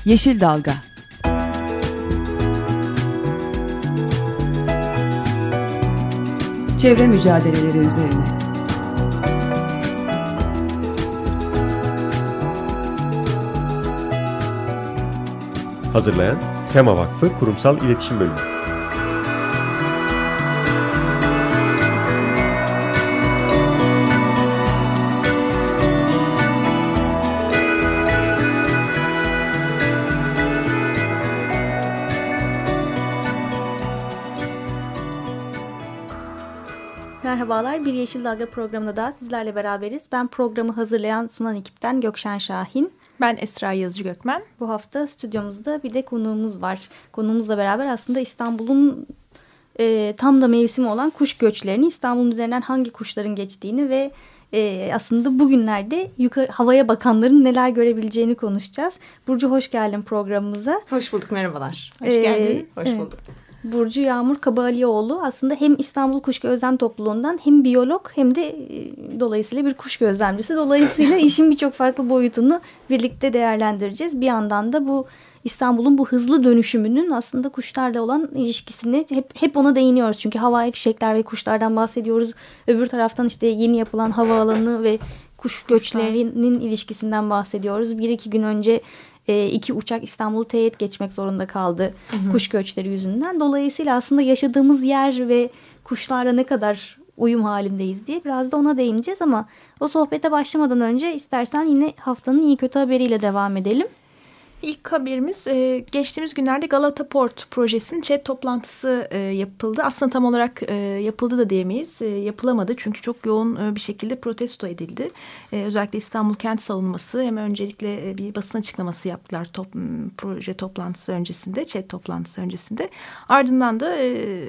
Yeşil Dalga. Çevre mücadeleleri üzerine. Hazırlayan Tema Vakfı Kurumsal İletişim Bölümü. Merhabalar, Bir Yeşil Dalga programında da sizlerle beraberiz. Ben programı hazırlayan sunan ekipten Gökşen Şahin. Ben Esra Yazıcı Gökmen. Bu hafta stüdyomuzda bir de konuğumuz var. Konuğumuzla beraber aslında İstanbul'un tam da mevsimi olan kuş göçlerini, İstanbul'un üzerinden hangi kuşların geçtiğini ve aslında bugünlerde havaya bakanların neler görebileceğini konuşacağız. Burcu hoş geldin programımıza. Hoş bulduk, merhabalar. Hoş geldin, hoş bulduk. Burcu Yağmur Kabalioğlu aslında hem İstanbul Kuş Gözlem Topluluğu'ndan hem biyolog hem de dolayısıyla bir kuş gözlemcisi. Dolayısıyla işin birçok farklı boyutunu birlikte değerlendireceğiz. Bir yandan da bu İstanbul'un bu hızlı dönüşümünün aslında kuşlarla olan ilişkisini hep ona değiniyoruz. Çünkü havai fişekler ve kuşlardan bahsediyoruz. Öbür taraftan işte yeni yapılan havaalanı ve kuş göçlerinin ilişkisinden bahsediyoruz. Bir iki gün önce 2 uçak İstanbul'u teyit geçmek zorunda kaldı kuş göçleri yüzünden. Dolayısıyla aslında yaşadığımız yer ve kuşlarla ne kadar uyum halindeyiz diye biraz da ona değineceğiz. Ama o sohbete başlamadan önce istersen yine haftanın iyi kötü haberiyle devam edelim. İlk haberimiz geçtiğimiz günlerde Galata Port projesinin chat toplantısı yapıldı. Aslında tam olarak yapıldı da diyemeyiz. Yapılamadı çünkü çok yoğun bir şekilde protesto edildi. Özellikle İstanbul Kent Savunması hem öncelikle bir basın açıklaması yaptılar proje toplantısı öncesinde, chat toplantısı öncesinde. Ardından da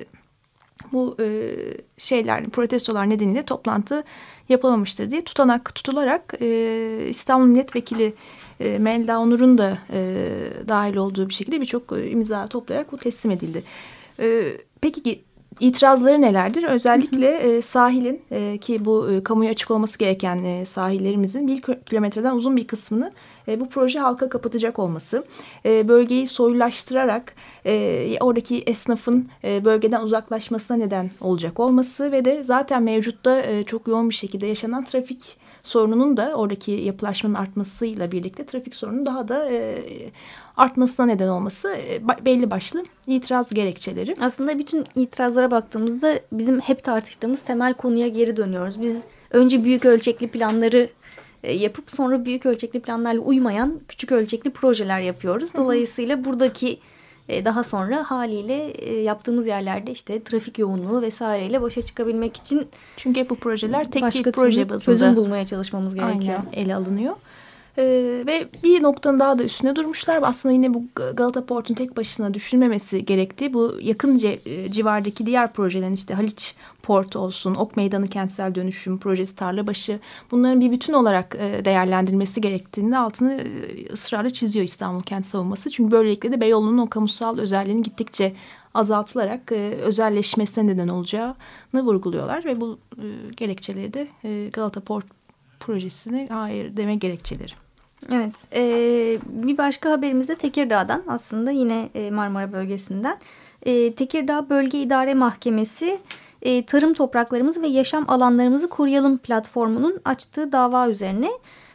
bu protestolar nedeniyle toplantı yapılamamıştır diye tutanak tutularak İstanbul Milletvekili Melda Onur'un da dahil olduğu bir şekilde birçok imza toplayarak bu teslim edildi. Peki itirazları nelerdir? Özellikle sahilin ki bu kamuya açık olması gereken sahillerimizin 1 kilometreden uzun bir kısmını bu proje halka kapatacak olması, bölgeyi soyulaştırarak oradaki esnafın bölgeden uzaklaşmasına neden olacak olması ve de zaten mevcutta çok yoğun bir şekilde yaşanan trafik sorununun da oradaki yapılaşmanın artmasıyla birlikte trafik sorununun daha da artmasına neden olması belli başlı itiraz gerekçeleri. Aslında bütün itirazlara baktığımızda bizim hep tartıştığımız temel konuya geri dönüyoruz. Biz önce büyük ölçekli planları yapıp sonra büyük ölçekli planlarla uymayan küçük ölçekli projeler yapıyoruz. Dolayısıyla buradaki daha sonra haliyle yaptığımız yerlerde işte trafik yoğunluğu vesaireyle başa çıkabilmek için çünkü bu projeler tek bir proje bazında çözüm bulmaya çalışmamız gerekiyor. Aynen, ele alınıyor. Ve bir noktanın daha da üstüne durmuşlar. Aslında yine bu Galata Port'un tek başına düşünmemesi gerektiği bu yakın civardaki diğer projelerin işte Haliç Port olsun, Ok Meydanı Kentsel Dönüşüm Projesi, Tarlabaşı bunların bir bütün olarak değerlendirilmesi gerektiğini altını ısrarla çiziyor İstanbul Kent Savunması. Çünkü böylelikle de Beyoğlu'nun o kamusal özelliğinin gittikçe azaltılarak özelleşmesine neden olacağını vurguluyorlar ve bu gerekçeleri de Galata Port projesine hayır deme gerekçeleri. Evet, bir başka haberimiz de Tekirdağ'dan, aslında yine Marmara bölgesinden. Tekirdağ Bölge İdare Mahkemesi tarım topraklarımızı ve yaşam alanlarımızı koruyalım platformunun açtığı dava üzerine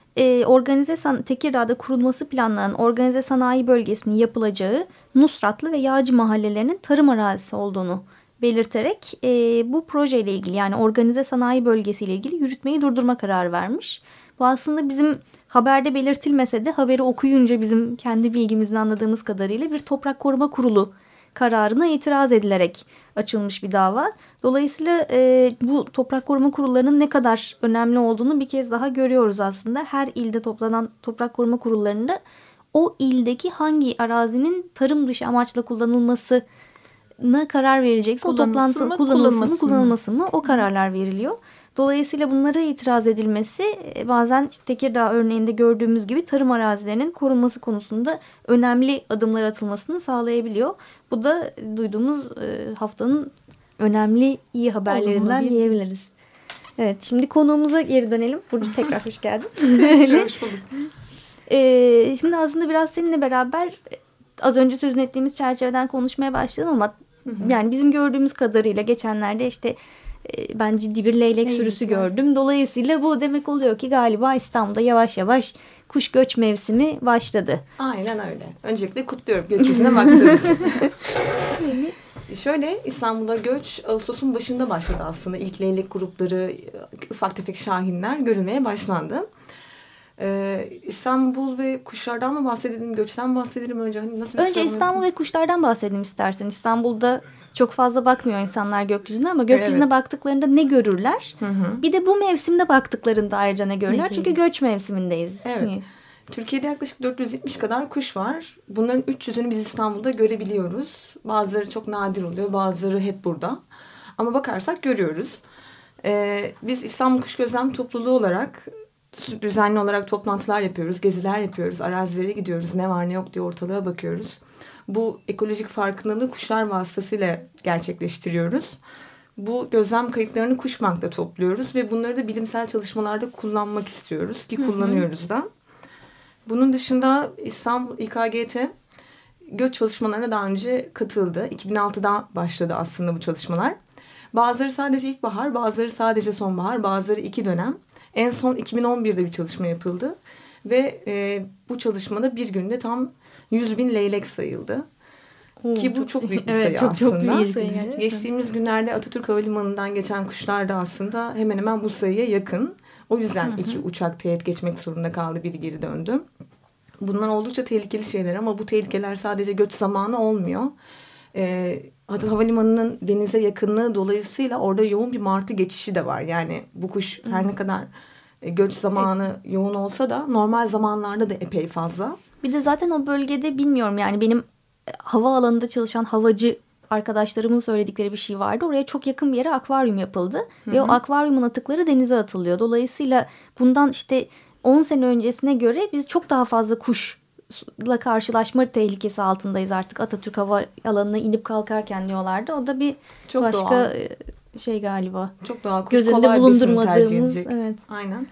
Tekirdağ'da kurulması planlanan organize sanayi bölgesinin yapılacağı Nusratlı ve Yağcı mahallelerinin tarım arazisi olduğunu belirterek bu projeyle ilgili, yani organize sanayi bölgesiyle ilgili yürütmeyi durdurma kararı vermiş. Bu aslında bizim haberde belirtilmese de haberi okuyunca bizim kendi bilgimizden anladığımız kadarıyla bir Toprak Koruma Kurulu kararına itiraz edilerek açılmış bir dava. Dolayısıyla bu toprak koruma kurullarının ne kadar önemli olduğunu bir kez daha görüyoruz aslında. Her ilde toplanan toprak koruma kurullarında o ildeki hangi arazinin tarım dışı amaçla kullanılmasına karar verilecekse o toplantı kullanılması mı o kararlar veriliyor. Dolayısıyla bunlara itiraz edilmesi bazen Tekirdağ örneğinde gördüğümüz gibi tarım arazilerinin korunması konusunda önemli adımlar atılmasını sağlayabiliyor. Bu da duyduğumuz haftanın önemli iyi haberlerinden diyebiliriz. Evet, şimdi konuğumuza geri dönelim. Burcu tekrar hoş geldin. Hoş bulduk. Şimdi aslında biraz seninle beraber az önce sözünü ettiğimiz çerçeveden konuşmaya başladım ama yani bizim gördüğümüz kadarıyla geçenlerde işte ben ciddi bir leylek sürüsü gördüm. Dolayısıyla bu demek oluyor ki galiba İstanbul'da yavaş yavaş kuş göç mevsimi başladı. Aynen öyle. Öncelikle kutluyorum gökyüzüne baktığım için. Şöyle, İstanbul'da göç Ağustos'un başında başladı aslında. İlk leylek grupları, ufak tefek şahinler görülmeye başlandı. İstanbul ve kuşlardan mı bahsedelim, göçten mi bahsedelim önce? Hani nasıl önce İstanbul ve kuşlardan bahsedelim istersen. İstanbul'da çok fazla bakmıyor insanlar gökyüzüne ama gökyüzüne baktıklarında ne görürler? Bir de bu mevsimde baktıklarında ayrıca ne görürler? Çünkü göç mevsimindeyiz. Evet. Türkiye'de yaklaşık 470 kadar kuş var. Bunların 300'ünü biz İstanbul'da görebiliyoruz. Bazıları çok nadir oluyor, bazıları hep burada. Ama bakarsak görüyoruz. Biz İstanbul Kuş Gözlem Topluluğu olarak düzenli olarak toplantılar yapıyoruz, geziler yapıyoruz, arazilere gidiyoruz, ne var ne yok diye ortalığa bakıyoruz. Bu ekolojik farkındalığı kuşlar vasıtasıyla gerçekleştiriyoruz. Bu gözlem kayıtlarını Kuşbank'ta topluyoruz ve bunları da bilimsel çalışmalarda kullanmak istiyoruz ki kullanıyoruz da. Bunun dışında İstanbul İKGT göç çalışmalarına daha önce katıldı. 2006'da başladı aslında bu çalışmalar. Bazıları sadece ilkbahar, bazıları sadece sonbahar, bazıları 2 dönem. En son 2011'de bir çalışma yapıldı ve bu çalışmada bir günde tam 100.000 leylek sayıldı. Ki bu çok büyük bir sayı aslında. Çok büyük bir sayı gerçekten. Geçtiğimiz günlerde Atatürk Havalimanı'ndan geçen kuşlar da aslında hemen hemen bu sayıya yakın. O yüzden 2 uçak teğet geçmek zorunda kaldı, biri geri döndü. Bunlar oldukça tehlikeli şeyler ama bu tehlikeler sadece göç zamanı olmuyor. Havalimanının denize yakınlığı dolayısıyla orada yoğun bir martı geçişi de var. Yani bu kuş her ne kadar göç zamanı yoğun olsa da normal zamanlarda da epey fazla. Bir de zaten o bölgede bilmiyorum yani benim havaalanında çalışan havacı arkadaşlarımın söyledikleri bir şey vardı. Oraya çok yakın bir yere akvaryum yapıldı. Ve o akvaryumun atıkları denize atılıyor. Dolayısıyla bundan işte 10 sene öncesine göre biz çok daha fazla kuşla karşılaşma tehlikesi altındayız artık. Atatürk Havaalanı'na inip kalkarken diyorlardı. O da bir çok başka doğal şey galiba. Çok doğal. Kuş göz önünde bulundurmadığımız. Evet. Aynen.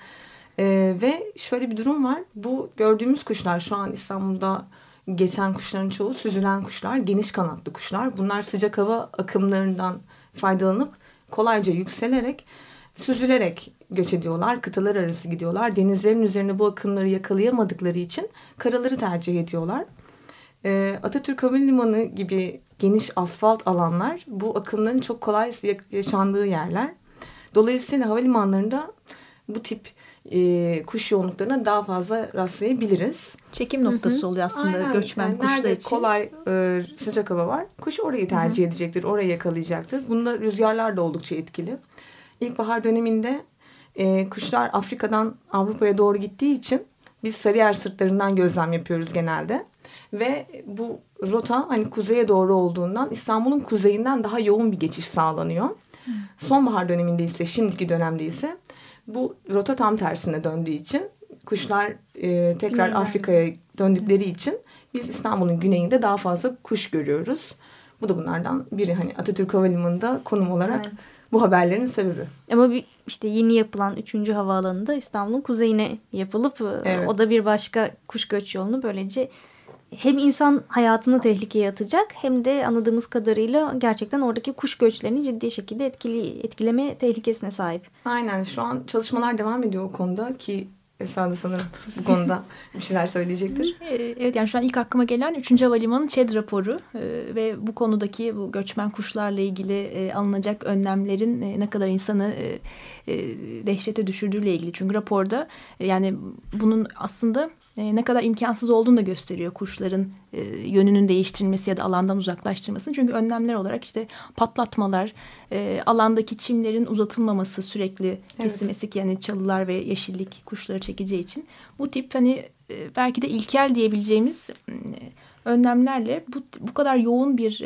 Ve şöyle bir durum var. Bu gördüğümüz kuşlar şu an İstanbul'da geçen kuşların çoğu süzülen kuşlar, geniş kanatlı kuşlar. Bunlar sıcak hava akımlarından faydalanıp kolayca yükselerek, süzülerek göç ediyorlar. Kıtalar arası gidiyorlar. Denizlerin üzerine bu akımları yakalayamadıkları için karaları tercih ediyorlar. Atatürk Havalimanı gibi geniş asfalt alanlar bu akımların çok kolay yaşandığı yerler. Dolayısıyla havalimanlarında bu tip kuş yoğunluklarına daha fazla rastlayabiliriz. Çekim noktası oluyor aslında. Aynen. Göçmen yani kuşlar nerede için. Kolay sıcak hava var. Kuş orayı tercih edecektir. Orayı yakalayacaktır. Bunda rüzgarlar da oldukça etkili. İlkbahar döneminde kuşlar Afrika'dan Avrupa'ya doğru gittiği için biz Sarıyer sırtlarından gözlem yapıyoruz genelde. Ve bu rota hani kuzeye doğru olduğundan İstanbul'un kuzeyinden daha yoğun bir geçiş sağlanıyor. Sonbahar döneminde ise, şimdiki dönemde ise bu rota tam tersine döndüğü için kuşlar tekrar Afrika'ya döndükleri için biz İstanbul'un güneyinde daha fazla kuş görüyoruz. Bu da bunlardan biri, hani Atatürk Havalimanı'nda konum olarak bu haberlerin sebebi. Ama işte yeni yapılan 3. havaalanında İstanbul'un kuzeyine yapılıp o da bir başka kuş göç yolunu böylece hem insan hayatını tehlikeye atacak hem de anladığımız kadarıyla gerçekten oradaki kuş göçlerini ciddi şekilde etkileme tehlikesine sahip. Aynen, şu an çalışmalar devam ediyor o konuda ki Esra da sanırım bu konuda bir şeyler söyleyecektir. Evet, yani şu an ilk aklıma gelen 3. Havalimanı ÇED raporu ve bu konudaki bu göçmen kuşlarla ilgili alınacak önlemlerin ne kadar insanı dehşete düşürdüğüyle ilgili. Çünkü raporda yani bunun aslında ne kadar imkansız olduğunu da gösteriyor kuşların yönünün değiştirilmesi ya da alandan uzaklaştırılması. Çünkü önlemler olarak işte patlatmalar, alandaki çimlerin uzatılmaması, sürekli kesilmesi ki yani çalılar ve yeşillik kuşları çekeceği için bu tip hani belki de ilkel diyebileceğimiz önlemlerle bu kadar yoğun bir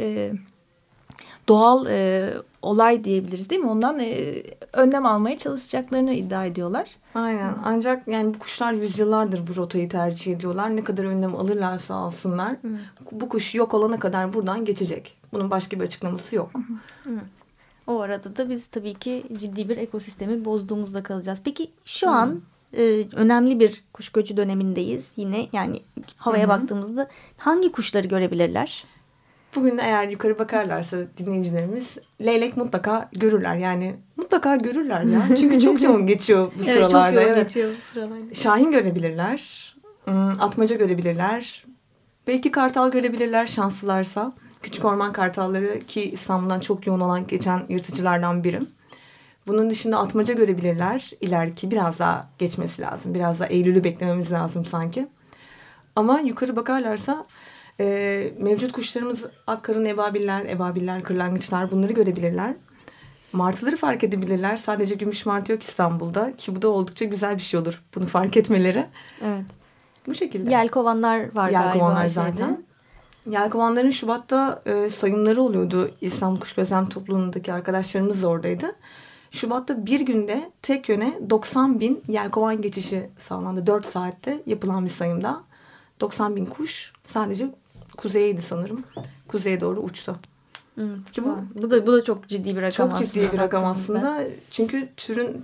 doğal olay diyebiliriz değil mi? Ondan önlem almaya çalışacaklarını iddia ediyorlar. Aynen. Ancak yani bu kuşlar yüzyıllardır bu rotayı tercih ediyorlar. Ne kadar önlem alırlarsa alsınlar. Bu kuş yok olana kadar buradan geçecek. Bunun başka bir açıklaması yok. Evet. O arada da biz tabii ki ciddi bir ekosistemi bozduğumuzda kalacağız. Peki şu an önemli bir kuş göçü dönemindeyiz. Yine yani havaya baktığımızda hangi kuşları görebilirler? Bugün eğer yukarı bakarlarsa dinleyicilerimiz leylek mutlaka görürler. Yani mutlaka görürler ya. Çünkü çok yoğun geçiyor bu sıralarda. Çok yoğun geçiyor bu sıralarda. Şahin görebilirler. Atmaca görebilirler. Belki kartal görebilirler şanslılarsa. Küçük orman kartalları ki İstanbul'dan çok yoğun olan geçen yırtıcılardan birim. Bunun dışında atmaca görebilirler. İleriki biraz daha geçmesi lazım. Biraz daha Eylül'ü beklememiz lazım sanki. Ama yukarı bakarlarsa mevcut kuşlarımız akkarın ebabiller, kırlangıçlar bunları görebilirler. Martıları fark edebilirler. Sadece gümüş martı yok İstanbul'da ki bu da oldukça güzel bir şey olur. Bunu fark etmeleri. Evet. Bu şekilde. Yelkovanlar var Yelkovanlar galiba. zaten. Yelkovanların Şubat'ta sayımları oluyordu. İstanbul Kuş Gözlem Topluluğu'ndaki arkadaşlarımız da oradaydı. Şubat'ta bir günde tek yöne 90.000 yelkovan geçişi sağlandı. 4 saatte yapılan bir sayımda. 90.000 kuş sadece kuzeyeydi sanırım. Kuzeye doğru uçtu. Ki bu da çok ciddi bir rakam. Çok ciddi bir rakam aslında. Çünkü türün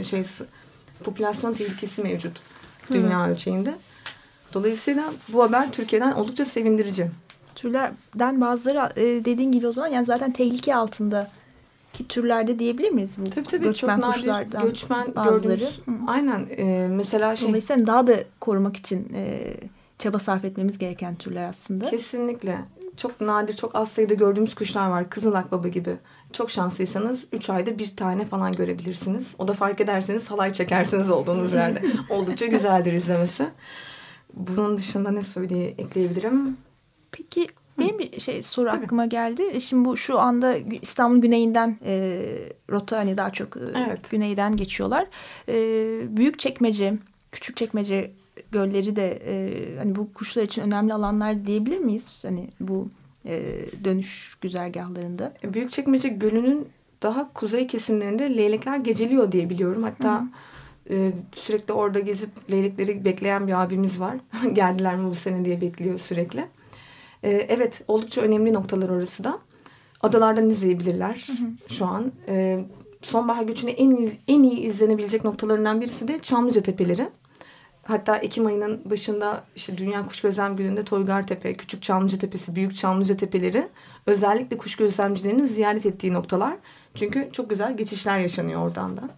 popülasyon tehlikesi mevcut dünya ölçeğinde. Dolayısıyla bu haber Türkiye'den oldukça sevindirici. Türlerden bazıları dediğin gibi o zaman yani zaten tehlike altındaki türlerde diyebilir miyiz bu? Tabii göçmen çok nadir kuşlardan göçmen bazıları. gördüğümüz. Aynen mesela Dolayısıyla daha da korumak için çaba sarf etmemiz gereken türler aslında. Kesinlikle. Çok nadir, çok az sayıda gördüğümüz kuşlar var. Kızıl akbaba gibi. Çok şanslıysanız 3 ayda bir tane falan görebilirsiniz. O da fark ederseniz halay çekersiniz olduğunuz yerde. Oldukça güzeldir izlemesi. Bunun dışında ne ekleyebilirim? Peki benim bir soru aklıma geldi. Şimdi bu şu anda İstanbul'un güneyinden rota hani daha çok güneyden geçiyorlar. Büyükçekmece, Küçükçekmece gölleri de hani bu kuşlar için önemli alanlar diyebilir miyiz? Hani bu dönüş güzergahlarında. Büyükçekmece Gölü'nün daha kuzey kesimlerinde leylekler geceliyor diye biliyorum. Hatta sürekli orada gezip leylekleri bekleyen bir abimiz var. Geldiler mi bu sene diye bekliyor sürekli. Evet, oldukça önemli noktalar orası da. Adalardan izleyebilirler şu an. Sonbahar göçüne en iyi izlenebilecek noktalarından birisi de Çamlıca Tepeleri. Hatta Ekim ayının başında işte Dünya Kuş Gözlem Günü'nde Toygar Tepe, Küçük Çamlıca Tepesi, Büyük Çamlıca Tepeleri özellikle kuş gözlemcilerinin ziyaret ettiği noktalar. Çünkü çok güzel geçişler yaşanıyor oradan da.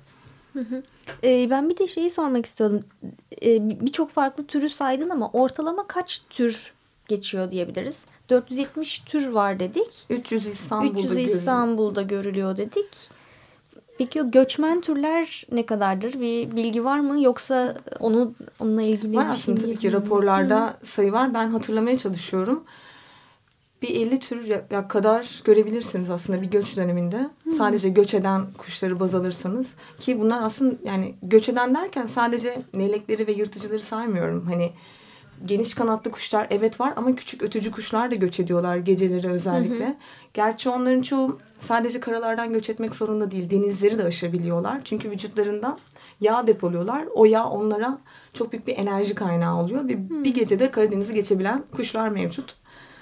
Ben bir de şeyi sormak istiyordum. Birçok farklı türü saydın ama ortalama kaç tür geçiyor diyebiliriz? 470 tür var dedik. 300'ü İstanbul'da görülüyor dedik. Peki o göçmen türler ne kadardır? Bir bilgi var mı? Yoksa onunla ilgili var aslında tabii ki raporlarda sayı var. Ben hatırlamaya çalışıyorum. Bir 50 tür kadar görebilirsiniz aslında bir göç döneminde. Sadece göç eden kuşları baz alırsanız. Ki bunlar aslında yani göç eden derken sadece leylekleri ve yırtıcıları saymıyorum. Hani geniş kanatlı kuşlar evet var ama küçük ötücü kuşlar da göç ediyorlar geceleri özellikle. Gerçi onların çoğu sadece karalardan göç etmek zorunda değil. Denizleri de aşabiliyorlar. Çünkü vücutlarında yağ depoluyorlar. O yağ onlara çok büyük bir enerji kaynağı oluyor. Ve bir gecede Karadeniz'i geçebilen kuşlar mevcut.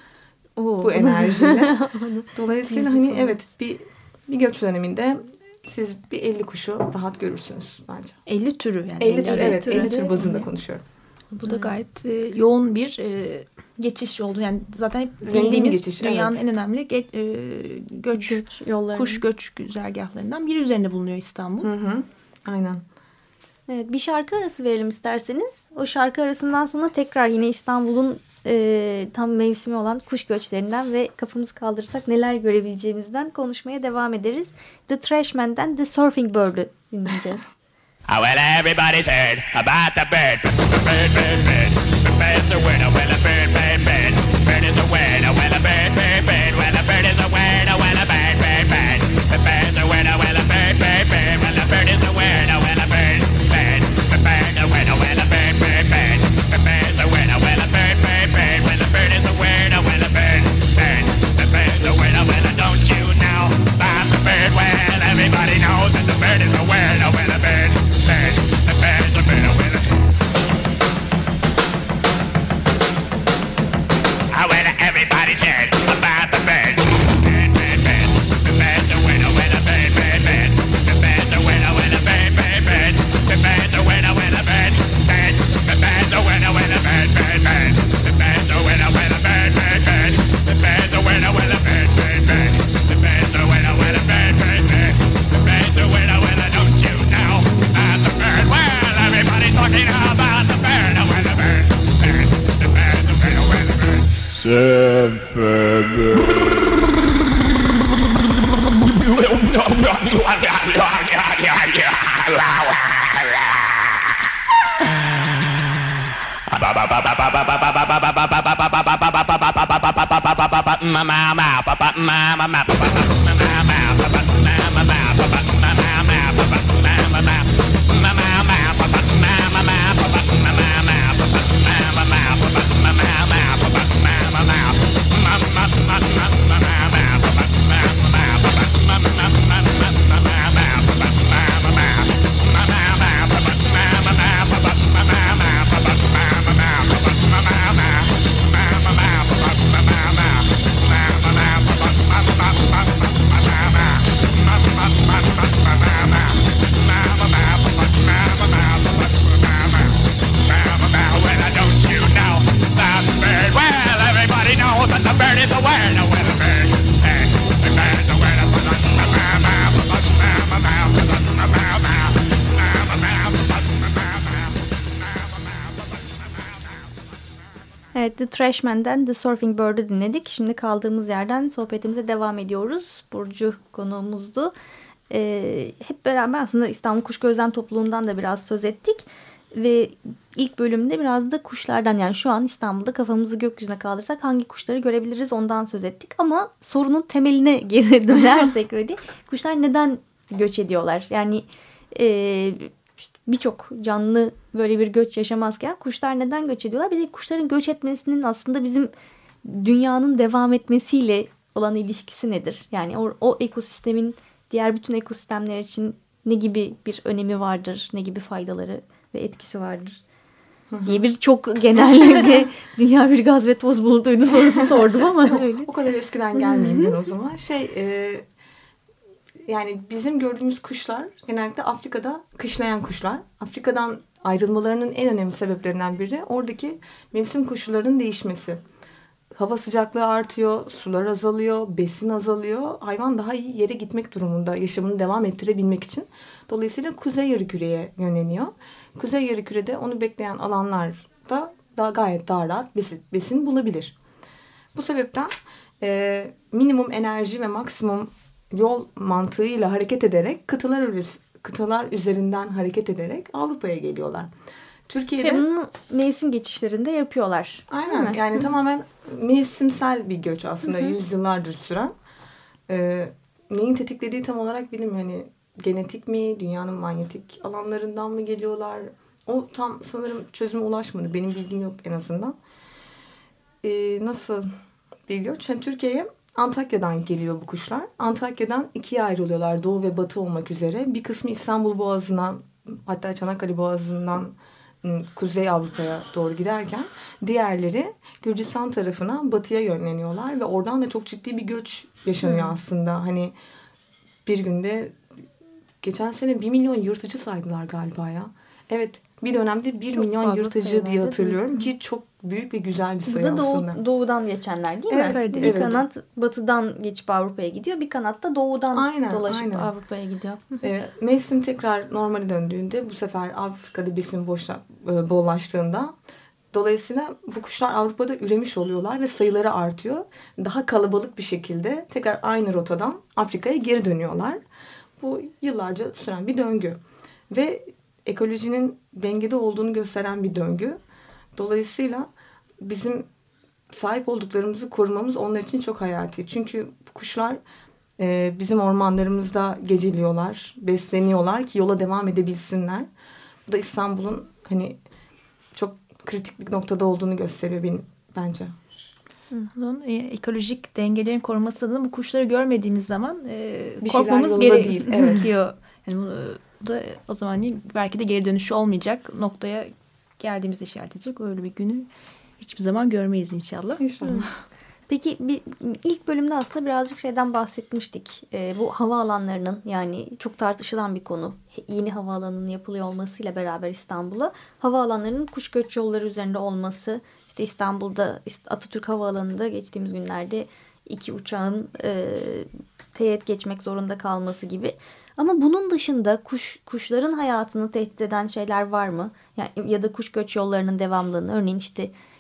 Bu enerjiyle. Dolayısıyla hani evet bir göç döneminde siz bir 50 kuşu rahat görürsünüz bence. 50 türü yani. 50 tür evet 50 tür bazında konuşuyorum. Bu da gayet yoğun bir geçiş oldu. Yani zaten hep bildiğimiz geçiş, dünyanın en önemli göç yolları, kuş göç güzergahlarından biri üzerinde bulunuyor İstanbul. Aynen. Evet, bir şarkı arası verelim isterseniz. O şarkı arasından sonra tekrar yine İstanbul'un tam mevsimi olan kuş göçlerinden ve kafamızı kaldırırsak neler görebileceğimizden konuşmaya devam ederiz. The Trashman'den The Surfing Bird'ü dinleyeceğiz. Well, everybody's heard about the bird. Bird, bird, bird. The bird's a word. Well, a bird, bird, bird. Bird is a word. Well, a bird, bird, bird. Well, a bird is a word. Well, a bird, bird, bird. The bird's a word. Well, a bird, bird, bird. Well, a bird is a word. Well, a bird, bird. The bird's a word. Well, a bird, bird, bird. The bird's a word. Well, a bird, bird, bird. Well, a bird is a word. Well, a bird, bird. The bird's a word. Well, don't you know about the bird? Well, everybody knows that the bird is a word. Well, a bird. The bird's a bird with it. Evet, The Trashman'den The Surfing Bird'ü dinledik. Şimdi kaldığımız yerden sohbetimize devam ediyoruz. Burcu konuğumuzdu. Hep beraber aslında İstanbul Kuş Gözlem Topluluğundan da biraz söz ettik. Ve ilk bölümde biraz da kuşlardan, yani şu an İstanbul'da kafamızı gökyüzüne kaldırsak hangi kuşları görebiliriz ondan söz ettik. Ama sorunun temeline geri dönersek öyle, kuşlar neden göç ediyorlar? Yani işte birçok canlı böyle bir göç yaşamazken kuşlar neden göç ediyorlar? Bir de kuşların göç etmesinin aslında bizim dünyanın devam etmesiyle olan ilişkisi nedir? Yani o ekosistemin diğer bütün ekosistemler için ne gibi bir önemi vardır, ne gibi faydaları ve etkisi vardır diye bir çok genel dünya bir gaz ve toz bulutuydu sorusu sordum ama öyle. O kadar eskiden gelmeyeyim ben o zaman. Yani bizim gördüğümüz kuşlar genellikle Afrika'da kışlayan kuşlar. Afrika'dan ayrılmalarının en önemli sebeplerinden biri oradaki mevsim koşullarının değişmesi. Hava sıcaklığı artıyor, sular azalıyor, besin azalıyor. Hayvan daha iyi yere gitmek durumunda yaşamını devam ettirebilmek için. Dolayısıyla kuzey yarımküreye yönleniyor. Kuzey yarımkürede onu bekleyen alanlarda gayet daha rahat besin bulabilir. Bu sebepten minimum enerji ve maksimum yol mantığıyla hareket ederek kıtalar üzerinden hareket ederek Avrupa'ya geliyorlar. Türkiye'de bunu mevsim geçişlerinde yapıyorlar. Aynen. Yani tamamen mevsimsel bir göç aslında, yüzyıllardır süren. Neyin tetiklediği tam olarak bilinmiyor. Yani genetik mi, dünyanın manyetik alanlarından mı geliyorlar? O tam sanırım çözüme ulaşmadı. Benim bilgim yok en azından. Nasıl bir göç? Yani Türkiye'ye Antakya'dan geliyor bu kuşlar. Antakya'dan ikiye ayrılıyorlar, doğu ve batı olmak üzere. Bir kısmı İstanbul Boğazı'na, hatta Çanakkale Boğazı'ndan Kuzey Avrupa'ya doğru giderken diğerleri Gürcistan tarafına, batıya yönleniyorlar ve oradan da çok ciddi bir göç yaşanıyor aslında. Hani bir günde geçen sene 1 milyon yırtıcı saydılar galiba ya. Evet, bir dönemde 1 milyon yırtıcı diye hatırlıyorum ki çok büyük ve güzel bir sayı aslında. Bu da doğudan geçenler değil mi? Evet, bir kanat batıdan geçip Avrupa'ya gidiyor. Bir kanat da doğudan dolaşıp Avrupa'ya gidiyor. Mevsim tekrar normale döndüğünde bu sefer Afrika'da besin bollaştığında dolayısıyla bu kuşlar Avrupa'da üremiş oluyorlar ve sayıları artıyor. Daha kalabalık bir şekilde tekrar aynı rotadan Afrika'ya geri dönüyorlar. Bu yıllarca süren bir döngü. Ve ekolojinin dengede olduğunu gösteren bir döngü. Dolayısıyla bizim sahip olduklarımızı korumamız onlar için çok hayati. Çünkü bu kuşlar bizim ormanlarımızda geceliyorlar, besleniyorlar ki yola devam edebilsinler. Bu da İstanbul'un hani çok kritik bir noktada olduğunu gösteriyor bence. Bunun ekolojik dengelerin korunması adına bu kuşları görmediğimiz zaman bir korkmamız gerekiyor. Evet. Yani bu da o zaman belki de geri dönüşü olmayacak noktaya geldiğimizde işaret edecek. Öyle bir günü hiçbir zaman görmeyiz inşallah. İnşallah. Peki ilk bölümde aslında birazcık şeyden bahsetmiştik. Bu havaalanlarının, yani çok tartışılan bir konu. Yeni havaalanının yapılıyor olmasıyla beraber İstanbul'a havaalanlarının kuş göç yolları üzerinde olması. İşte İstanbul'da Atatürk Havaalanı'nda geçtiğimiz günlerde 2 uçağın teğet geçmek zorunda kalması gibi. Ama bunun dışında kuşların hayatını tehdit eden şeyler var mı? Yani, ya da kuş göç yollarının devamlılığını, örneğin işte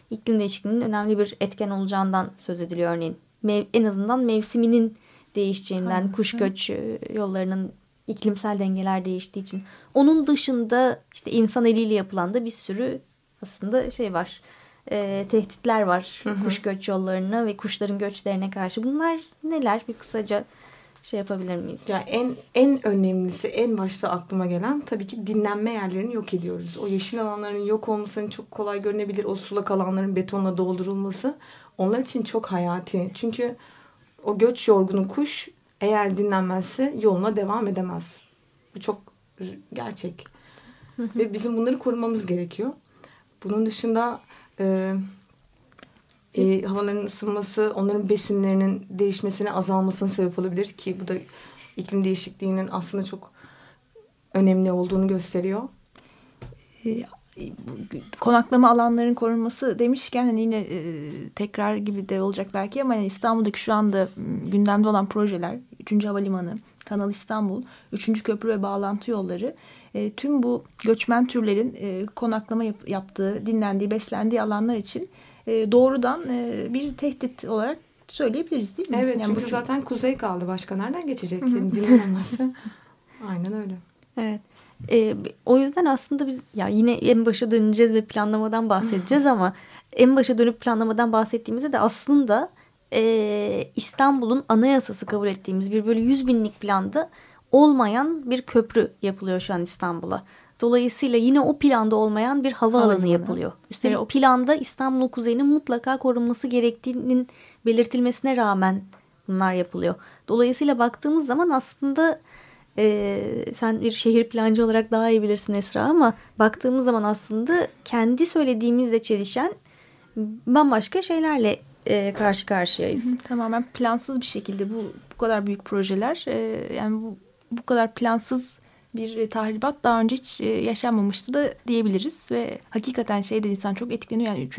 iklim değişikliğinin önemli bir etken olacağından söz ediliyor örneğin. En azından mevsiminin değişeceğinden, kuş göç yollarının iklimsel dengeler değiştiği için. Onun dışında işte insan eliyle yapılan da bir sürü aslında şey var. Tehditler var kuş göç yollarına ve kuşların göçlerine karşı. Bunlar neler? Bir kısaca şey yapabilir miyiz? Ya en önemlisi, en başta aklıma gelen tabii ki dinlenme yerlerini yok ediyoruz. O yeşil alanların yok olmasının çok kolay görünebilir. O sulak alanların betonla doldurulması onlar için çok hayati. Çünkü o göç yorgunu kuş eğer dinlenmezse yoluna devam edemez. Bu çok gerçek. Ve bizim bunları korumamız gerekiyor. Bunun dışında havaların ısınması, onların besinlerinin değişmesine, azalmasına sebep olabilir ki bu da iklim değişikliğinin aslında çok önemli olduğunu gösteriyor. Konaklama alanlarının korunması demişken hani yine tekrar gibi de olacak belki ama yani İstanbul'daki şu anda gündemde olan projeler 3. Havalimanı, Kanal İstanbul, 3. Köprü ve bağlantı yolları tüm bu göçmen türlerin konaklama yaptığı, dinlendiği, beslendiği alanlar için doğrudan bir tehdit olarak söyleyebiliriz değil mi? Evet, yani çünkü zaten kuzey kaldı. Başka nereden geçecek? Yani dinlenmezse. Aynen öyle. Evet. O yüzden aslında biz ya yine en başa döneceğiz ve planlamadan bahsedeceğiz ama en başa dönüp planlamadan bahsettiğimizde de aslında İstanbul'un anayasası kabul ettiğimiz 1/100.000'lik planda olmayan bir köprü yapılıyor şu an İstanbul'a. Dolayısıyla yine o planda olmayan bir havaalanı yapılıyor. Üstelik o planda İstanbul'un kuzeyinin mutlaka korunması gerektiğinin belirtilmesine rağmen bunlar yapılıyor. Dolayısıyla baktığımız zaman aslında sen bir şehir plancı olarak daha iyi bilirsin Esra ama baktığımız zaman aslında kendi söylediğimizle çelişen bambaşka şeylerle karşı karşıyayız. Tamamen plansız bir şekilde bu kadar büyük projeler yani bu kadar plansız bir tahribat daha önce hiç yaşanmamıştı da diyebiliriz ve hakikaten de insan çok etkileniyor. Yani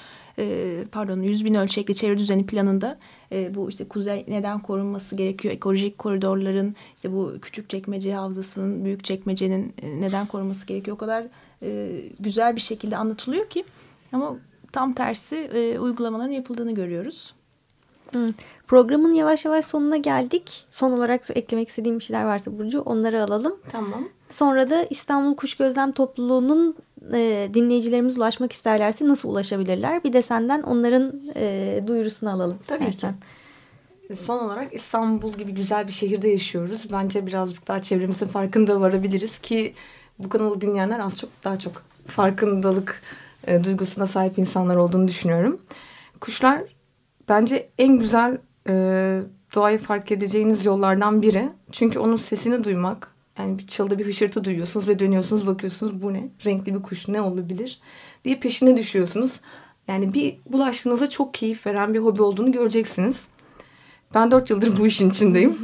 100.000 ölçekli çevre düzeni planında bu işte kuzey neden korunması gerekiyor? Ekolojik koridorların işte bu Küçükçekmece Havzası'nın Büyükçekmece'nin neden korunması gerekiyor? O kadar güzel bir şekilde anlatılıyor ki ama tam tersi uygulamaların yapıldığını görüyoruz. Evet. Programın yavaş yavaş sonuna geldik. Son olarak eklemek istediğim bir şeyler varsa Burcu onları alalım. Tamam. Sonra da İstanbul Kuş Gözlem Topluluğu'nun dinleyicilerimiz ulaşmak isterlerse nasıl ulaşabilirler? Bir de senden onların duyurusunu alalım. Tabii istersen. ki. Son olarak İstanbul gibi güzel bir şehirde yaşıyoruz. Bence birazcık daha çevremizin farkında varabiliriz ki bu kanalı dinleyenler az çok daha çok farkındalık duygusuna sahip insanlar olduğunu düşünüyorum. Kuşlar bence en güzel doğayı fark edeceğiniz yollardan biri. Çünkü onun sesini duymak, yani bir çalıda bir hışırtı duyuyorsunuz ve dönüyorsunuz bakıyorsunuz bu ne? Renkli bir kuş ne olabilir? Diye peşine düşüyorsunuz. Yani bir bulaştığınızda çok keyif veren bir hobi olduğunu göreceksiniz. Ben 4 yıldır bu işin içindeyim.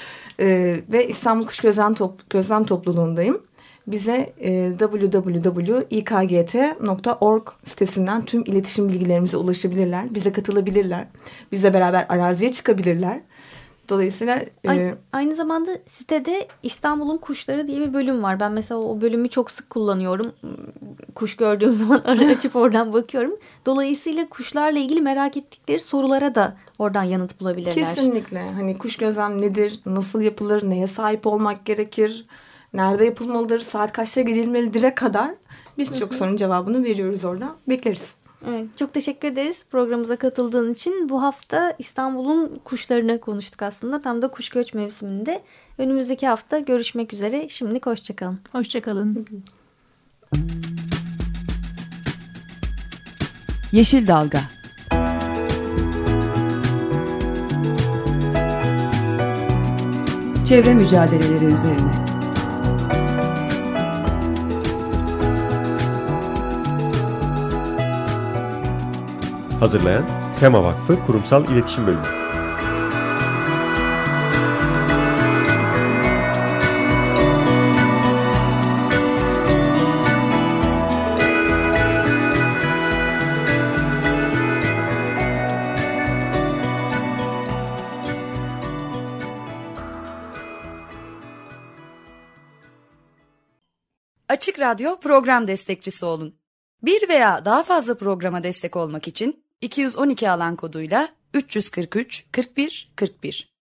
Ve İstanbul Kuş Gözlem Topluluğundayım. Bize www.ikgt.org sitesinden tüm iletişim bilgilerimize ulaşabilirler. Bize katılabilirler. Bizle beraber araziye çıkabilirler. Dolayısıyla... Aynı zamanda sitede İstanbul'un Kuşları diye bir bölüm var. Ben mesela o bölümü çok sık kullanıyorum. Kuş gördüğüm zaman açıp oradan bakıyorum. Dolayısıyla kuşlarla ilgili merak ettikleri sorulara da oradan yanıt bulabilirler. Kesinlikle. Hani kuş gözlem nedir? Nasıl yapılır? Neye sahip olmak gerekir? Nerede yapılmalıdır? Saat kaçta gidilmelidir'e kadar biz çok sorunun cevabını veriyoruz orada. Bekleriz. Evet, çok teşekkür ederiz programımıza katıldığın için. Bu hafta İstanbul'un kuşlarını konuştuk aslında. Tam da kuş göç mevsiminde. Önümüzdeki hafta görüşmek üzere. Şimdilik hoşçakalın. Hoşçakalın. Yeşil Dalga. Çevre mücadeleleri üzerine. Hazırlayan Tema Vakfı Kurumsal İletişim Bölümü. Açık Radyo program destekçisi olun. Bir veya daha fazla programa destek olmak için 212 alan koduyla 343 41 41